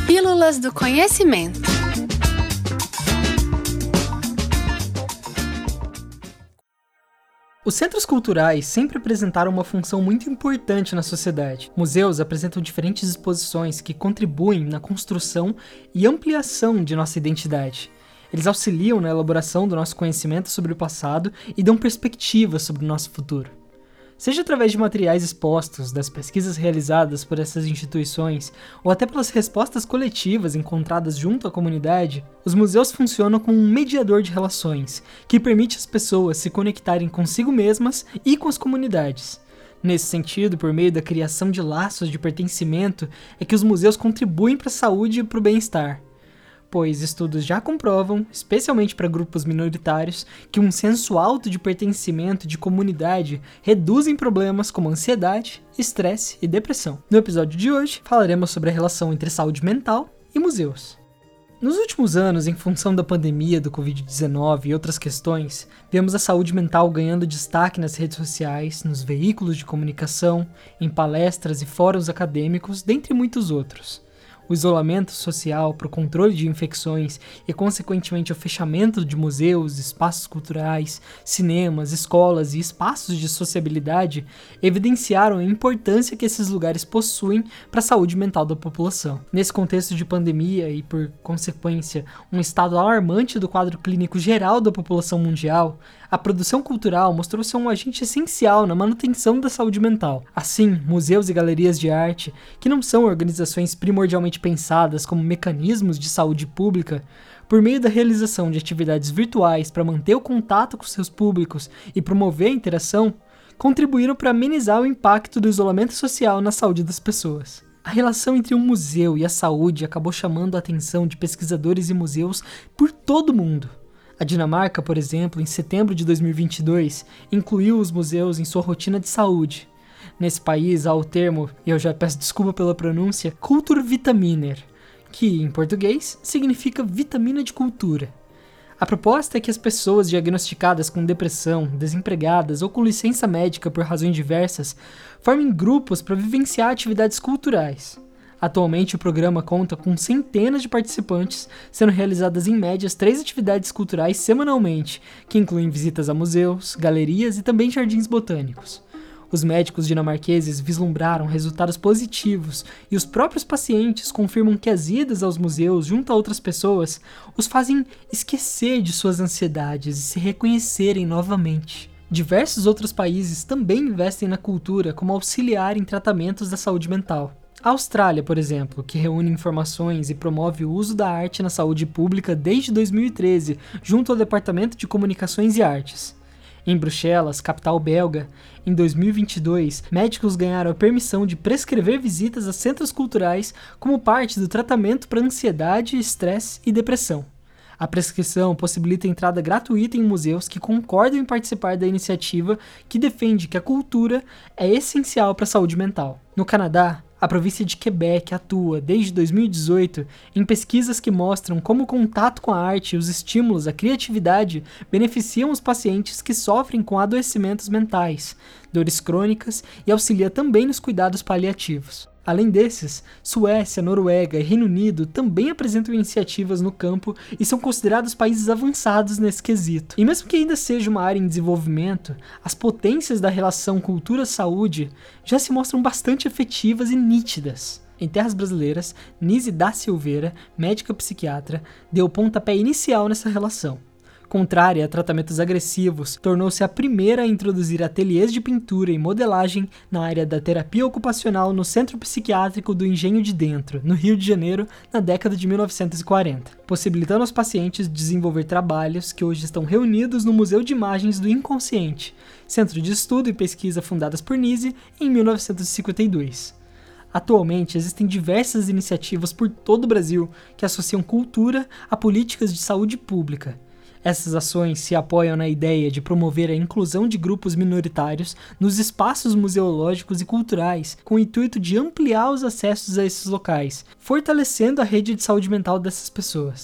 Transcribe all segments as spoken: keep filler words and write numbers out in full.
Pílulas do Conhecimento. Os centros culturais sempre apresentaram uma função muito importante na sociedade. Museus apresentam diferentes exposições que contribuem na construção e ampliação de nossa identidade. Eles auxiliam na elaboração do nosso conhecimento sobre o passado e dão perspectiva sobre o nosso futuro. Seja através de materiais expostos, das pesquisas realizadas por essas instituições, ou até pelas respostas coletivas encontradas junto à comunidade, os museus funcionam como um mediador de relações, que permite às pessoas se conectarem consigo mesmas e com as comunidades. Nesse sentido, por meio da criação de laços de pertencimento, é que os museus contribuem para a saúde e para o bem-estar. Pois estudos já comprovam, especialmente para grupos minoritários, que um senso alto de pertencimento de comunidade reduzem problemas como ansiedade, estresse e depressão. No episódio de hoje, falaremos sobre a relação entre saúde mental e museus. Nos últimos anos, em função da pandemia do covid dezenove e outras questões, vemos a saúde mental ganhando destaque nas redes sociais, nos veículos de comunicação, em palestras e fóruns acadêmicos, dentre muitos outros. O isolamento social para o controle de infecções e, consequentemente, o fechamento de museus, espaços culturais, cinemas, escolas e espaços de sociabilidade evidenciaram a importância que esses lugares possuem para a saúde mental da população. Nesse contexto de pandemia e, por consequência, um estado alarmante do quadro clínico geral da população mundial, a produção cultural mostrou ser um agente essencial na manutenção da saúde mental. Assim, museus e galerias de arte, que não são organizações primordialmente pensadas como mecanismos de saúde pública, por meio da realização de atividades virtuais para manter o contato com seus públicos e promover a interação, contribuíram para amenizar o impacto do isolamento social na saúde das pessoas. A relação entre um museu e a saúde acabou chamando a atenção de pesquisadores e museus por todo o mundo. A Dinamarca, por exemplo, em setembro de dois mil e vinte e dois, incluiu os museus em sua rotina de saúde. Nesse país há o termo, e eu já peço desculpa pela pronúncia, Kulturvitaminer, que, em português, significa vitamina de cultura. A proposta é que as pessoas diagnosticadas com depressão, desempregadas ou com licença médica por razões diversas formem grupos para vivenciar atividades culturais. Atualmente, o programa conta com centenas de participantes, sendo realizadas em média três atividades culturais semanalmente, que incluem visitas a museus, galerias e também jardins botânicos. Os médicos dinamarqueses vislumbraram resultados positivos e os próprios pacientes confirmam que as idas aos museus junto a outras pessoas os fazem esquecer de suas ansiedades e se reconhecerem novamente. Diversos outros países também investem na cultura como auxiliar em tratamentos da saúde mental. A Austrália, por exemplo, que reúne informações e promove o uso da arte na saúde pública desde dois mil e treze, junto ao Departamento de Comunicações e Artes. Em Bruxelas, capital belga, em dois mil e vinte e dois, médicos ganharam a permissão de prescrever visitas a centros culturais como parte do tratamento para ansiedade, estresse e depressão. A prescrição possibilita a entrada gratuita em museus que concordam em participar da iniciativa que defende que a cultura é essencial para a saúde mental. No Canadá, a província de Quebec atua, desde dois mil e dezoito, em pesquisas que mostram como o contato com a arte e os estímulos à criatividade beneficiam os pacientes que sofrem com adoecimentos mentais, dores crônicas e auxilia também nos cuidados paliativos. Além desses, Suécia, Noruega e Reino Unido também apresentam iniciativas no campo e são considerados países avançados nesse quesito. E mesmo que ainda seja uma área em desenvolvimento, as potências da relação cultura-saúde já se mostram bastante efetivas e nítidas. Em terras brasileiras, Nise da Silveira, médica psiquiatra, deu o pontapé inicial nessa relação. Contrária a tratamentos agressivos, tornou-se a primeira a introduzir ateliês de pintura e modelagem na área da terapia ocupacional no Centro Psiquiátrico do Engenho de Dentro, no Rio de Janeiro, na década de mil novecentos e quarenta, possibilitando aos pacientes desenvolver trabalhos que hoje estão reunidos no Museu de Imagens do Inconsciente, centro de estudo e pesquisa fundadas por Nise em mil novecentos e cinquenta e dois. Atualmente, existem diversas iniciativas por todo o Brasil que associam cultura a políticas de saúde pública. Essas ações se apoiam na ideia de promover a inclusão de grupos minoritários nos espaços museológicos e culturais, com o intuito de ampliar os acessos a esses locais, fortalecendo a rede de saúde mental dessas pessoas.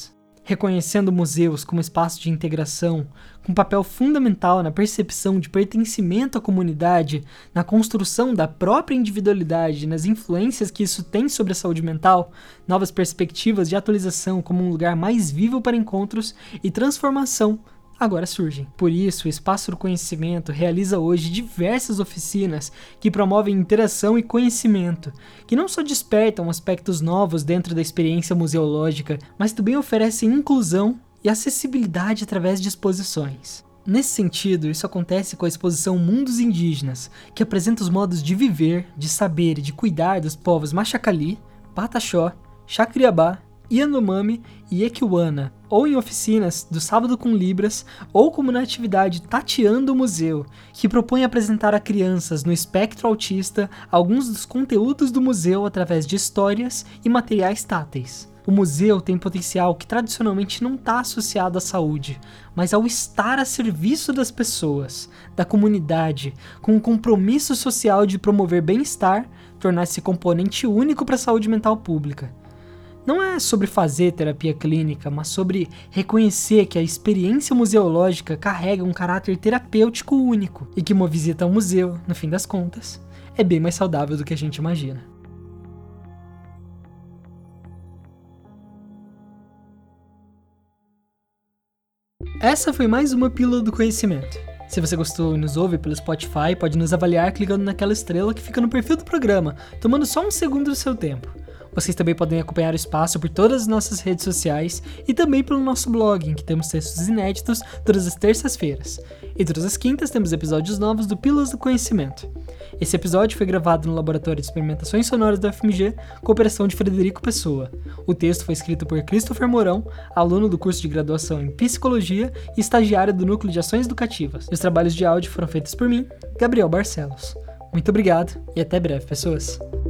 reconhecendo museus como espaço de integração, com papel fundamental na percepção de pertencimento à comunidade, na construção da própria individualidade, nas influências que isso tem sobre a saúde mental, novas perspectivas de atualização como um lugar mais vivo para encontros e transformação agora surgem. Por isso, o Espaço do Conhecimento realiza hoje diversas oficinas que promovem interação e conhecimento, que não só despertam aspectos novos dentro da experiência museológica, mas também oferecem inclusão e acessibilidade através de exposições. Nesse sentido, isso acontece com a exposição Mundos Indígenas, que apresenta os modos de viver, de saber e de cuidar dos povos Machacali, Pataxó, Chacriabá, Yanomami e Equiwana, ou em oficinas do Sábado com Libras, ou como na atividade Tateando o Museu, que propõe apresentar a crianças no espectro autista alguns dos conteúdos do museu através de histórias e materiais táteis. O museu tem potencial que tradicionalmente não está associado à saúde, mas ao estar a serviço das pessoas, da comunidade, com o compromisso social de promover bem-estar, tornar-se componente único para a saúde mental pública. Não é sobre fazer terapia clínica, mas sobre reconhecer que a experiência museológica carrega um caráter terapêutico único e que uma visita ao museu, no fim das contas, é bem mais saudável do que a gente imagina. Essa foi mais uma Pílula do Conhecimento. Se você gostou e nos ouve pelo Spotify, pode nos avaliar clicando naquela estrela que fica no perfil do programa, tomando só um segundo do seu tempo. Vocês também podem acompanhar o espaço por todas as nossas redes sociais e também pelo nosso blog, em que temos textos inéditos todas as terças-feiras. E todas as quintas temos episódios novos do Pílulas do Conhecimento. Esse episódio foi gravado no Laboratório de Experimentações Sonoras da U F M G, com operação de Frederico Pessoa. O texto foi escrito por Christopher Mourão, aluno do curso de graduação em Psicologia e estagiário do Núcleo de Ações Educativas. E os trabalhos de áudio foram feitos por mim, Gabriel Barcelos. Muito obrigado e até breve, pessoas!